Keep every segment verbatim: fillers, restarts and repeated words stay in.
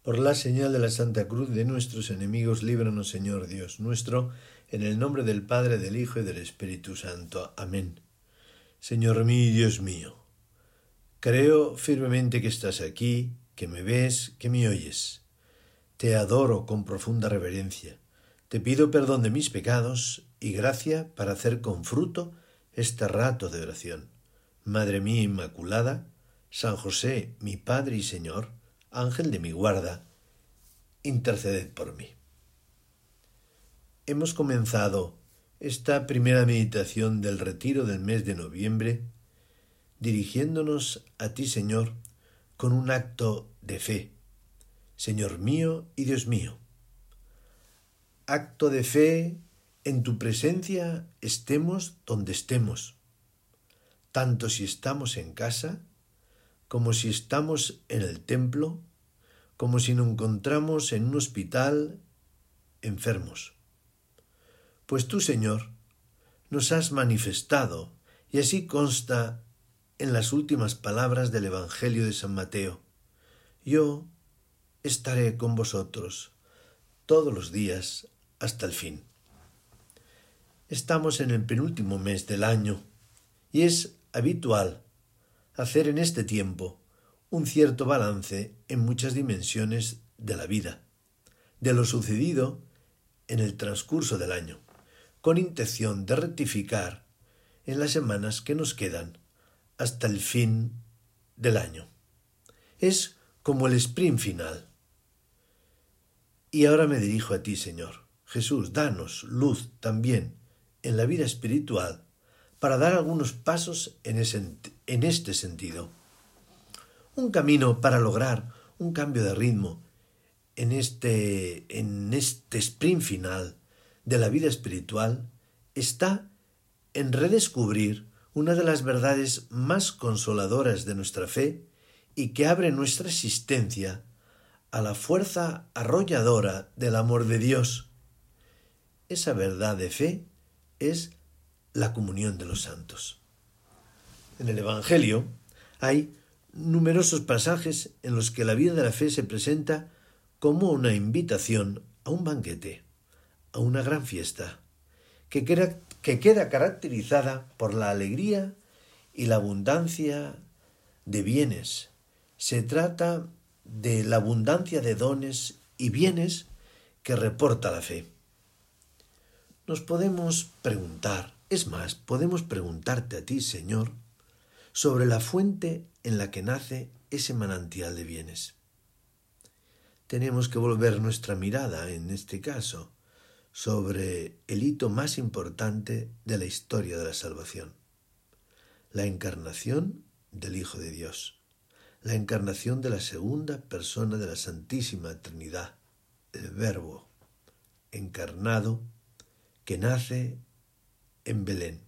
Por la señal de la Santa Cruz de nuestros enemigos, líbranos, Señor Dios nuestro, en el nombre del Padre, del Hijo y del Espíritu Santo. Amén. Señor mío y Dios mío, creo firmemente que estás aquí, que me ves, que me oyes. Te adoro con profunda reverencia. Te pido perdón de mis pecados y gracia para hacer con fruto este rato de oración. Madre mía Inmaculada, San José, mi Padre y Señor, Ángel de mi guarda, interceded por mí. Hemos comenzado esta primera meditación del retiro del mes de noviembre dirigiéndonos a ti, Señor, con un acto de fe. Señor mío y Dios mío, acto de fe en tu presencia estemos donde estemos, tanto si estamos en casa, como si estamos en el templo, como si nos encontramos en un hospital enfermos. Pues tú, Señor, nos has manifestado, y así consta en las últimas palabras del Evangelio de San Mateo: yo estaré con vosotros todos los días hasta el fin. Estamos en el penúltimo mes del año, y es habitual hacer en este tiempo un cierto balance en muchas dimensiones de la vida, de lo sucedido en el transcurso del año, con intención de rectificar en las semanas que nos quedan hasta el fin del año. Es como el sprint final. Y ahora me dirijo a ti, Señor. Jesús, danos luz también en la vida espiritual para dar algunos pasos en, ese, en este sentido. Un camino para lograr un cambio de ritmo en este, en este sprint final de la vida espiritual está en redescubrir una de las verdades más consoladoras de nuestra fe y que abre nuestra existencia a la fuerza arrolladora del amor de Dios. Esa verdad de fe es la comunión de los santos. En el Evangelio hay numerosos pasajes en los que la vida de la fe se presenta como una invitación a un banquete, a una gran fiesta, que queda, que queda caracterizada por la alegría y la abundancia de bienes. Se trata de la abundancia de dones y bienes que reporta la fe. Nos podemos preguntar, es más, podemos preguntarte a ti, Señor, sobre la fuente en la que nace ese manantial de bienes. Tenemos que volver nuestra mirada, en este caso, sobre el hito más importante de la historia de la salvación, la encarnación del Hijo de Dios, la encarnación de la segunda persona de la Santísima Trinidad, el Verbo encarnado que nace en Belén.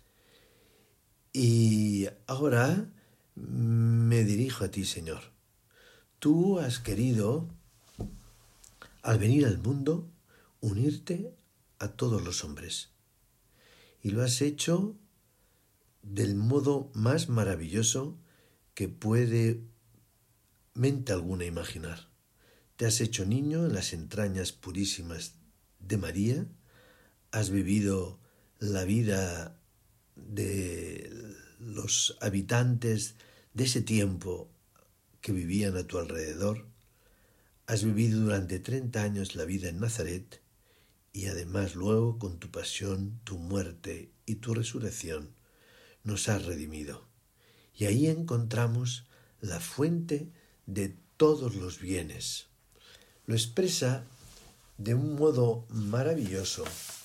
Y ahora me dirijo a ti, Señor. Tú has querido, al venir al mundo, unirte a todos los hombres. Y lo has hecho del modo más maravilloso que puede mente alguna imaginar. Te has hecho niño en las entrañas purísimas de María, has vivido la vida de los habitantes de ese tiempo que vivían a tu alrededor, has vivido durante treinta años la vida en Nazaret y además luego con tu pasión, tu muerte y tu resurrección nos has redimido. Y ahí encontramos la fuente de todos los bienes. Lo expresa de un modo maravilloso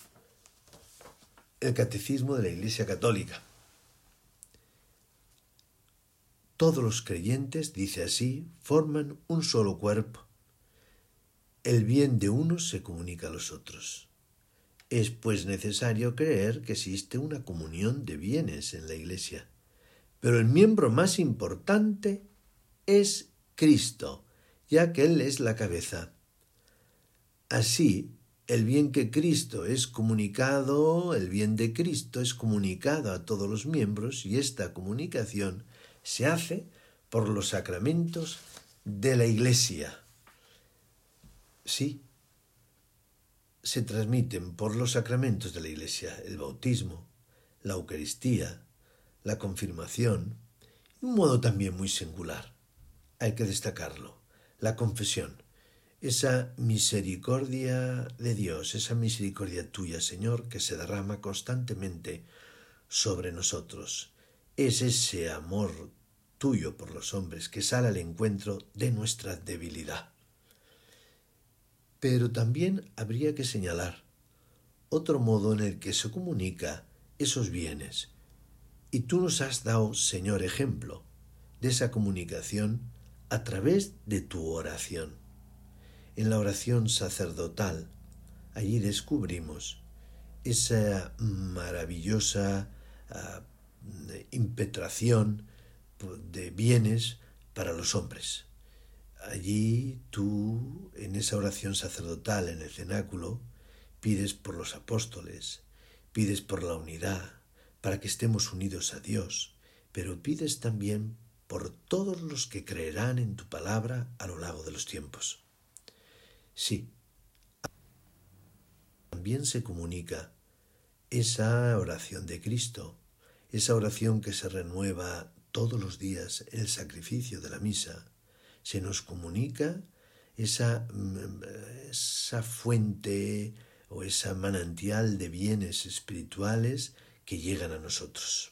el Catecismo de la Iglesia Católica. Todos los creyentes, dice así, forman un solo cuerpo. El bien de unos se comunica a los otros. Es pues necesario creer que existe una comunión de bienes en la Iglesia, pero el miembro más importante es Cristo, ya que Él es la cabeza. Así, el bien que Cristo es comunicado, el bien de Cristo es comunicado a todos los miembros y esta comunicación se hace por los sacramentos de la Iglesia. sí, se transmiten por los sacramentos de la Iglesia, el bautismo, la Eucaristía, la confirmación, de un modo también muy singular. Hay que destacarlo, la confesión, esa misericordia de Dios, esa misericordia tuya, Señor, que se derrama constantemente sobre nosotros. Es ese amor tuyo por los hombres que sale al encuentro de nuestra debilidad. Pero también habría que señalar otro modo en el que se comunica esos bienes. Y tú nos has dado, Señor, ejemplo de esa comunicación a través de tu oración. En la oración sacerdotal, allí descubrimos esa maravillosa uh, impetración de bienes para los hombres. Allí tú, en esa oración sacerdotal en el cenáculo, pides por los apóstoles, pides por la unidad, para que estemos unidos a Dios, pero pides también por todos los que creerán en tu palabra a lo largo de los tiempos. Sí, también se comunica esa oración de Cristo, esa oración que se renueva todos los días en el sacrificio de la misa. Se nos comunica esa, esa fuente o esa manantial de bienes espirituales que llegan a nosotros.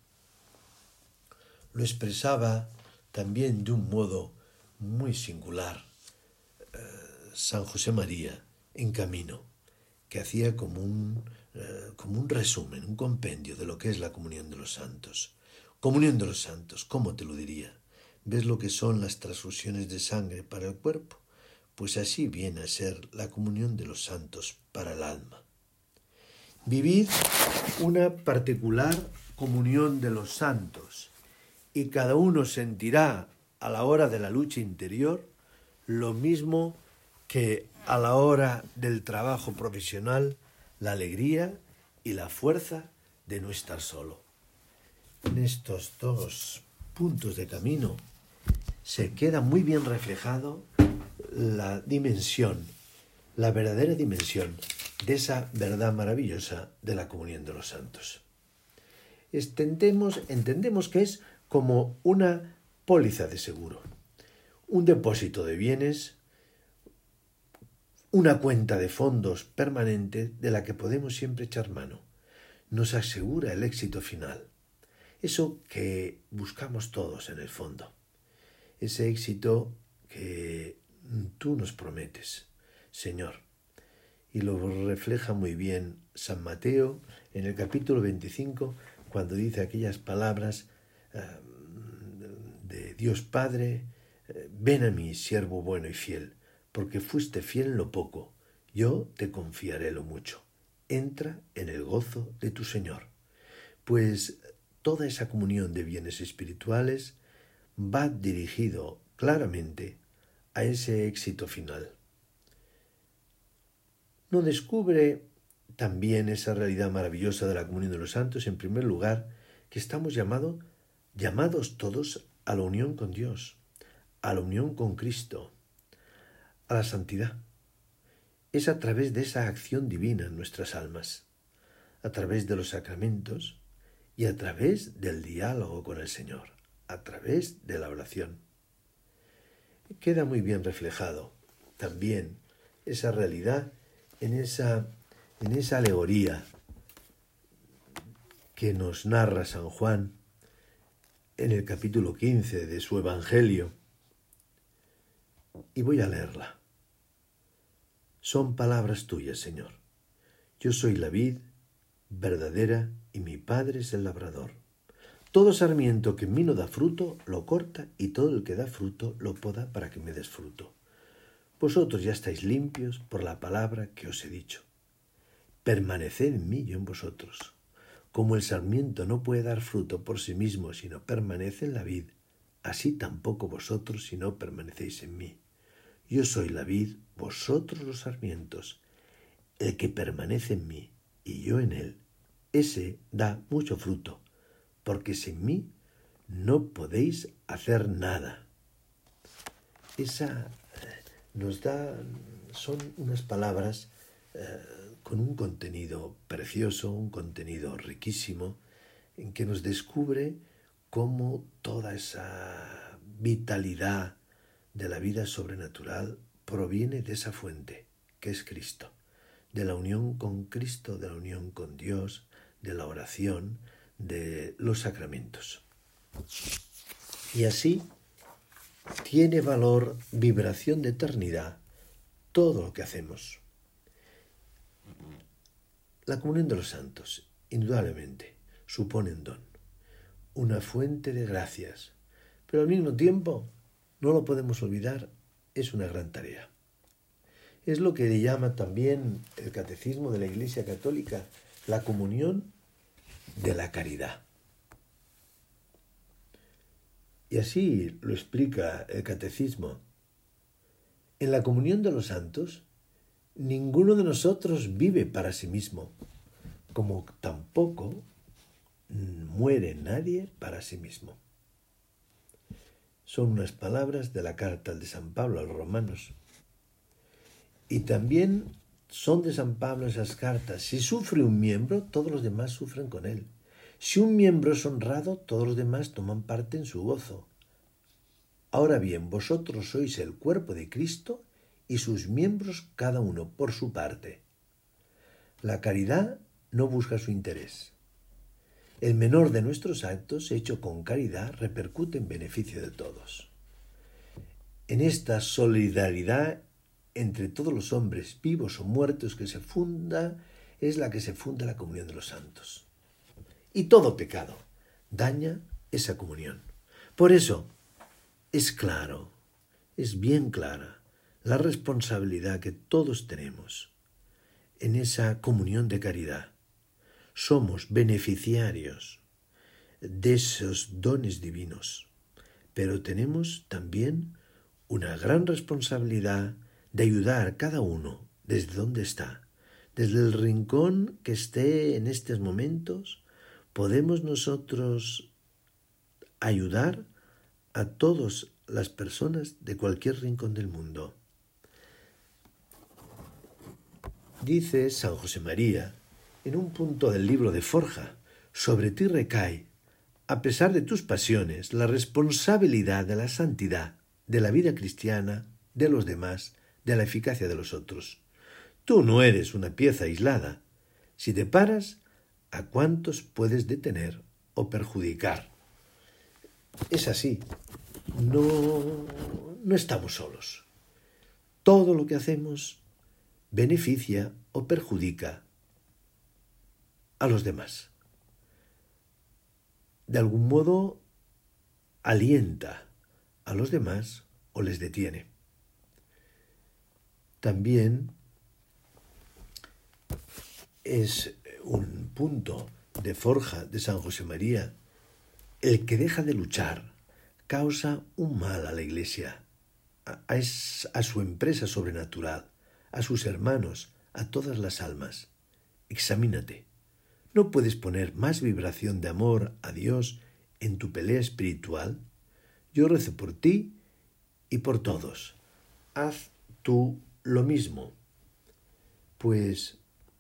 Lo expresaba también de un modo muy singular eh, San José María en Camino, que hacía como un, eh, como un resumen, un compendio de lo que es la comunión de los santos. Comunión de los santos, ¿cómo te lo diría? ¿Ves lo que son las transfusiones de sangre para el cuerpo? Pues así viene a ser la comunión de los santos para el alma. Vivid una particular comunión de los santos y cada uno sentirá a la hora de la lucha interior lo mismo que a la hora del trabajo profesional, la alegría y la fuerza de no estar solo. En estos dos puntos de camino se queda muy bien reflejado la dimensión, la verdadera dimensión de esa verdad maravillosa de la comunión de los santos. Entendemos, entendemos que es como una póliza de seguro, un depósito de bienes, una cuenta de fondos permanente de la que podemos siempre echar mano. Nos asegura el éxito final, eso que buscamos todos en el fondo, ese éxito que tú nos prometes, Señor. Y lo refleja muy bien San Mateo en el capítulo veinticinco, cuando dice aquellas palabras uh, de Dios Padre: ven a mí, siervo bueno y fiel, porque fuiste fiel en lo poco, yo te confiaré lo mucho. Entra en el gozo de tu Señor. Pues toda esa comunión de bienes espirituales va dirigido claramente a ese éxito final. ¿No descubre también esa realidad maravillosa de la comunión de los santos? En primer lugar, que estamos llamados, llamados todos a la unión con Dios, a la unión con Cristo, a la santidad. Es a través de esa acción divina en nuestras almas, a través de los sacramentos y a través del diálogo con el Señor, a través de la oración. Queda muy bien reflejado también esa realidad en esa, en esa alegoría que nos narra San Juan en el capítulo quince de su Evangelio. Y voy a leerla. Son palabras tuyas, Señor. Yo soy la vid verdadera y mi Padre es el labrador. Todo sarmiento que en mí no da fruto, lo corta, y todo el que da fruto, lo poda para que me des fruto. Vosotros ya estáis limpios por la palabra que os he dicho. Permaneced en mí y yo en vosotros. Como el sarmiento no puede dar fruto por sí mismo si no permanece en la vid, así tampoco vosotros si no permanecéis en mí. Yo soy la vid, vosotros los sarmientos. El que permanece en mí y yo en él, ese da mucho fruto, porque sin mí no podéis hacer nada. Esa nos da son unas palabras eh, con un contenido precioso, un contenido riquísimo, en que nos descubre cómo toda esa vitalidad de la vida sobrenatural proviene de esa fuente, que es Cristo, de la unión con Cristo, de la unión con Dios, de la oración, de los sacramentos. Y así tiene valor, vibración de eternidad, todo lo que hacemos. La comunión de los santos, indudablemente, supone un don, una fuente de gracias, pero al mismo tiempo, no lo podemos olvidar, es una gran tarea. Es lo que le llama también el Catecismo de la Iglesia Católica, la comunión de la caridad. Y así lo explica el Catecismo. En la comunión de los santos, ninguno de nosotros vive para sí mismo, como tampoco muere nadie para sí mismo. Son unas palabras de la carta de San Pablo a los romanos. Y también son de San Pablo esas cartas. Si sufre un miembro, todos los demás sufren con él. Si un miembro es honrado, todos los demás toman parte en su gozo. Ahora bien, vosotros sois el cuerpo de Cristo y sus miembros cada uno por su parte. La caridad no busca su interés. El menor de nuestros actos, hecho con caridad, repercute en beneficio de todos. En esta solidaridad entre todos los hombres, vivos o muertos, que se funda, es la que se funda la comunión de los santos. Y todo pecado daña esa comunión. Por eso es claro, es bien clara la responsabilidad que todos tenemos en esa comunión de caridad. Somos beneficiarios de esos dones divinos, pero tenemos también una gran responsabilidad de ayudar cada uno desde donde está. Desde el rincón que esté en estos momentos, podemos nosotros ayudar a todas las personas de cualquier rincón del mundo. Dice San José María, en un punto del libro de Forja, sobre ti recae, a pesar de tus pasiones, la responsabilidad de la santidad, de la vida cristiana, de los demás, de la eficacia de los otros. Tú no eres una pieza aislada. Si te paras, ¿a cuántos puedes detener o perjudicar? Es así. No, no estamos solos. Todo lo que hacemos beneficia o perjudica a los demás. De algún modo alienta a los demás o les detiene. También es un punto de Forja de San José María: el que deja de luchar causa un mal a la Iglesia, a, a, a su empresa sobrenatural, a sus hermanos, a todas las almas. Examínate. ¿No puedes poner más vibración de amor a Dios en tu pelea espiritual? Yo rezo por ti y por todos. Haz tú lo mismo. Pues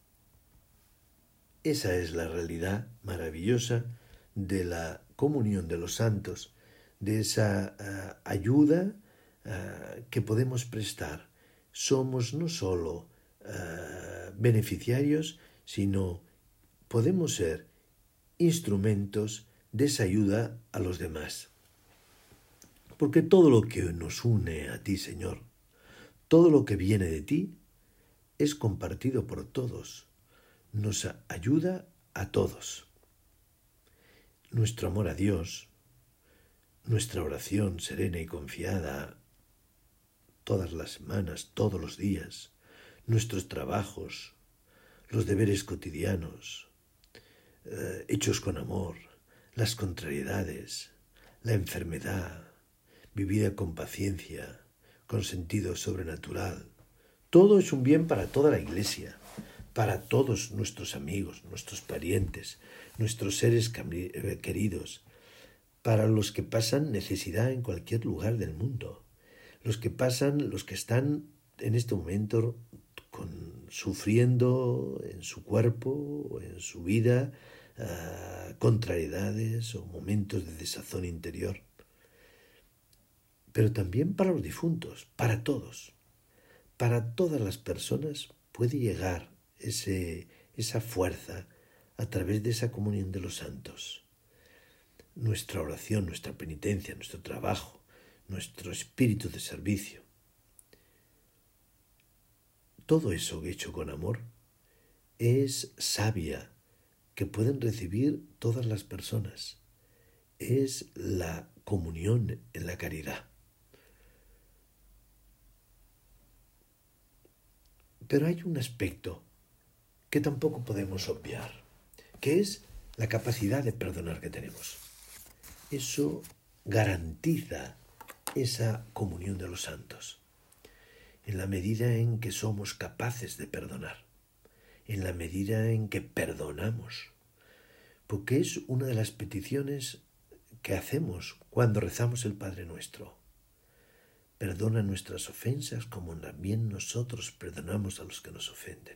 esa es la realidad maravillosa de la comunión de los santos, de esa uh, ayuda uh, que podemos prestar. Somos no solo uh, beneficiarios, sino podemos ser instrumentos de esa ayuda a los demás. Porque todo lo que nos une a ti, Señor, todo lo que viene de ti, es compartido por todos. Nos ayuda a todos. Nuestro amor a Dios, nuestra oración serena y confiada todas las semanas, todos los días, nuestros trabajos, los deberes cotidianos, eh, hechos con amor, las contrariedades, la enfermedad, vivida con paciencia, con sentido sobrenatural. Todo es un bien para toda la Iglesia, para todos nuestros amigos, nuestros parientes, nuestros seres queridos, para los que pasan necesidad en cualquier lugar del mundo, los que pasan, los que están en este momento con, sufriendo en su cuerpo o en su vida uh, contrariedades o momentos de desazón interior. Pero también para los difuntos, para todos, para todas las personas puede llegar ese, esa fuerza a través de esa comunión de los santos. Nuestra oración, nuestra penitencia, nuestro trabajo, nuestro espíritu de servicio. Todo eso hecho con amor es savia que pueden recibir todas las personas. Es la comunión en la caridad. Pero hay un aspecto que tampoco podemos obviar, que es la capacidad de perdonar que tenemos. Eso garantiza esa comunión de los santos, en la medida en que somos capaces de perdonar, en la medida en que perdonamos, porque es una de las peticiones que hacemos cuando rezamos el Padre Nuestro. Perdona nuestras ofensas como también nosotros perdonamos a los que nos ofenden.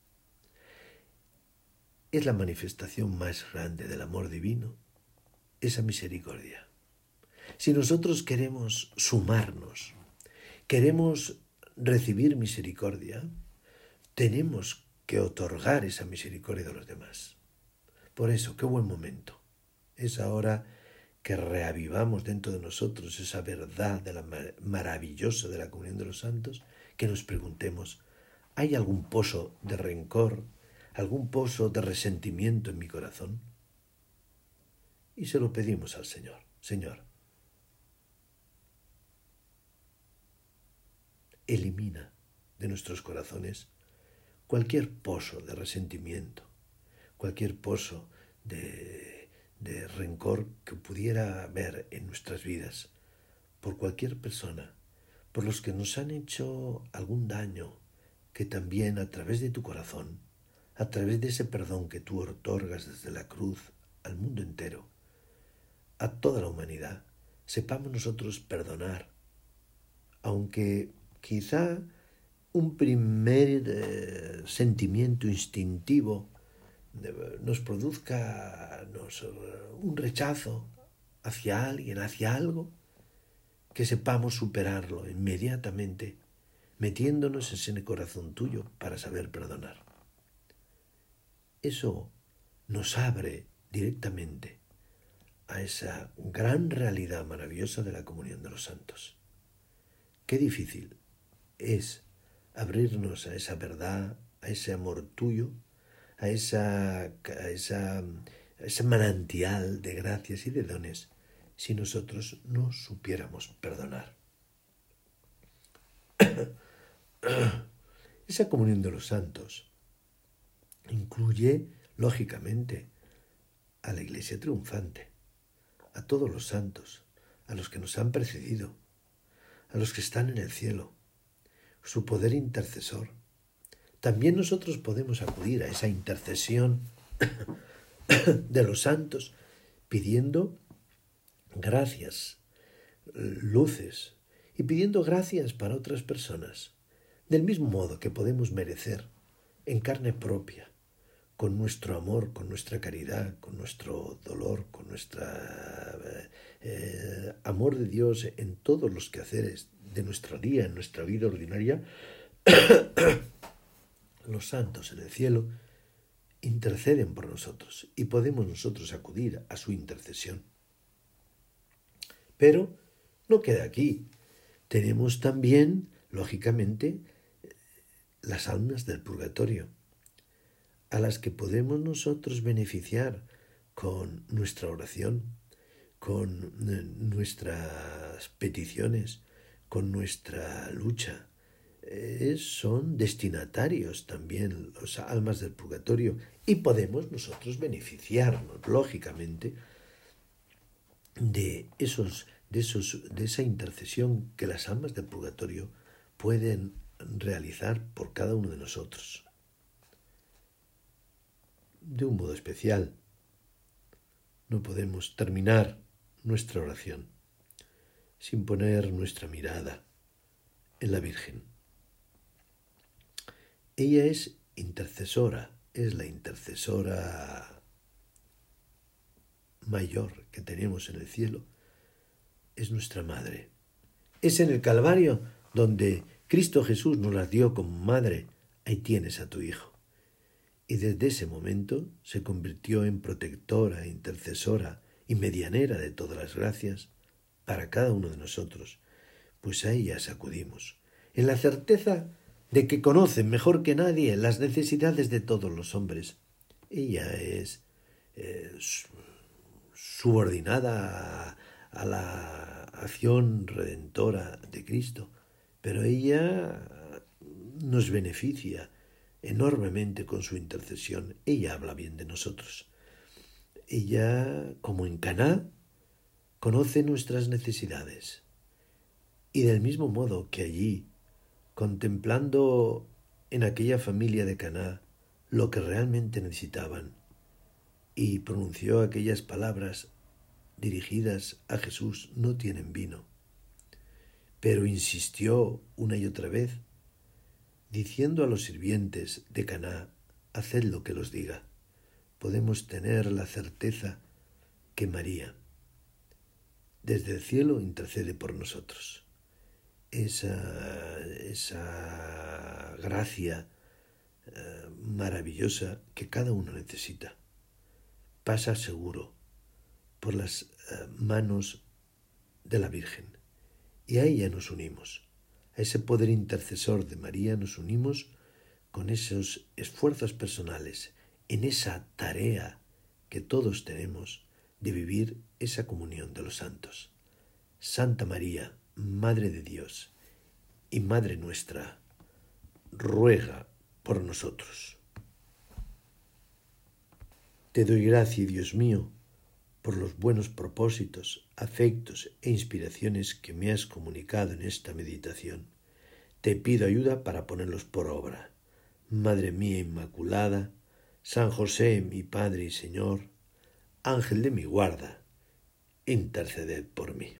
Es la manifestación más grande del amor divino, esa misericordia. Si nosotros queremos sumarnos, queremos recibir misericordia, tenemos que otorgar esa misericordia a los demás. Por eso, qué buen momento. Es ahora que reavivamos dentro de nosotros esa verdad de la mar- maravillosa de la comunión de los santos, que nos preguntemos, ¿hay algún pozo de rencor, algún pozo de resentimiento en mi corazón? Y se lo pedimos al Señor. Señor, elimina de nuestros corazones cualquier pozo de resentimiento, cualquier pozo de, de rencor que pudiera haber en nuestras vidas por cualquier persona, por los que nos han hecho algún daño, que también a través de tu corazón, a través de ese perdón que tú otorgas desde la cruz al mundo entero, a toda la humanidad, sepamos nosotros perdonar, aunque quizá un primer eh, sentimiento instintivo eh, nos produzca nos, uh, un rechazo hacia alguien, hacia algo, que sepamos superarlo inmediatamente, metiéndonos en ese corazón tuyo para saber perdonar. Eso nos abre directamente a esa gran realidad maravillosa de la comunión de los santos. Qué difícil es abrirnos a esa verdad, a ese amor tuyo, a, esa, a, esa, a ese manantial de gracias y de dones, si nosotros no supiéramos perdonar. Esa comunión de los santos incluye, lógicamente, a la Iglesia triunfante, a todos los santos, a los que nos han precedido, a los que están en el cielo, su poder intercesor. También nosotros podemos acudir a esa intercesión de los santos pidiendo gracias, luces y pidiendo gracias para otras personas, del mismo modo que podemos merecer en carne propia, con nuestro amor, con nuestra caridad, con nuestro dolor, con nuestro eh, amor de Dios en todos los quehaceres de nuestro día, en nuestra vida ordinaria. Los santos en el cielo interceden por nosotros y podemos nosotros acudir a su intercesión. Pero no queda aquí. Tenemos también, lógicamente, las almas del purgatorio, a las que podemos nosotros beneficiar con nuestra oración, con nuestras peticiones, con nuestra lucha. Eh, son destinatarios también los almas del purgatorio y podemos nosotros beneficiarnos, lógicamente, de, esos, de, esos, de esa intercesión que las almas del purgatorio pueden realizar por cada uno de nosotros. De un modo especial, no podemos terminar nuestra oración sin poner nuestra mirada en la Virgen. Ella es intercesora, es la intercesora mayor que tenemos en el cielo, es nuestra madre. Es en el Calvario donde Cristo Jesús nos las dio como madre. Ahí tienes a tu hijo. Y desde ese momento se convirtió en protectora, intercesora y medianera de todas las gracias para cada uno de nosotros, pues a ella acudimos, en la certeza de que conoce mejor que nadie las necesidades de todos los hombres. Ella es eh, subordinada a, a la acción redentora de Cristo, pero ella nos beneficia enormemente con su intercesión. Ella habla bien de nosotros. Ella, como en Caná, conoce nuestras necesidades. Y del mismo modo que allí, contemplando en aquella familia de Caná lo que realmente necesitaban, y pronunció aquellas palabras dirigidas a Jesús, no tienen vino. Pero insistió una y otra vez, diciendo a los sirvientes de Caná, haced lo que los diga. Podemos tener la certeza que María, desde el cielo, intercede por nosotros. Esa, esa gracia eh, maravillosa que cada uno necesita pasa seguro por las eh, manos de la Virgen, y a ella nos unimos. A ese poder intercesor de María nos unimos con esos esfuerzos personales, en esa tarea que todos tenemos de vivir esa comunión de los santos. Santa María, Madre de Dios y Madre nuestra, ruega por nosotros. Te doy gracias, Dios mío, por los buenos propósitos, afectos e inspiraciones que me has comunicado en esta meditación. Te pido ayuda para ponerlos por obra. Madre mía Inmaculada, San José, mi Padre y Señor, Ángel de mi guarda, interceded por mí.